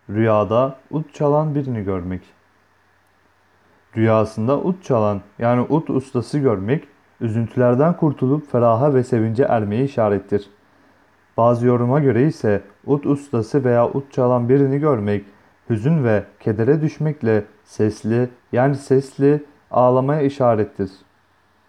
Rüyada ut çalan birini görmek. Rüyasında ut çalan yani ut ustası görmek, üzüntülerden kurtulup feraha ve sevince ermeyi işarettir. Bazı yoruma göre ise ut ustası veya ut çalan birini görmek, hüzün ve kedere düşmekle sesli ağlamaya işarettir.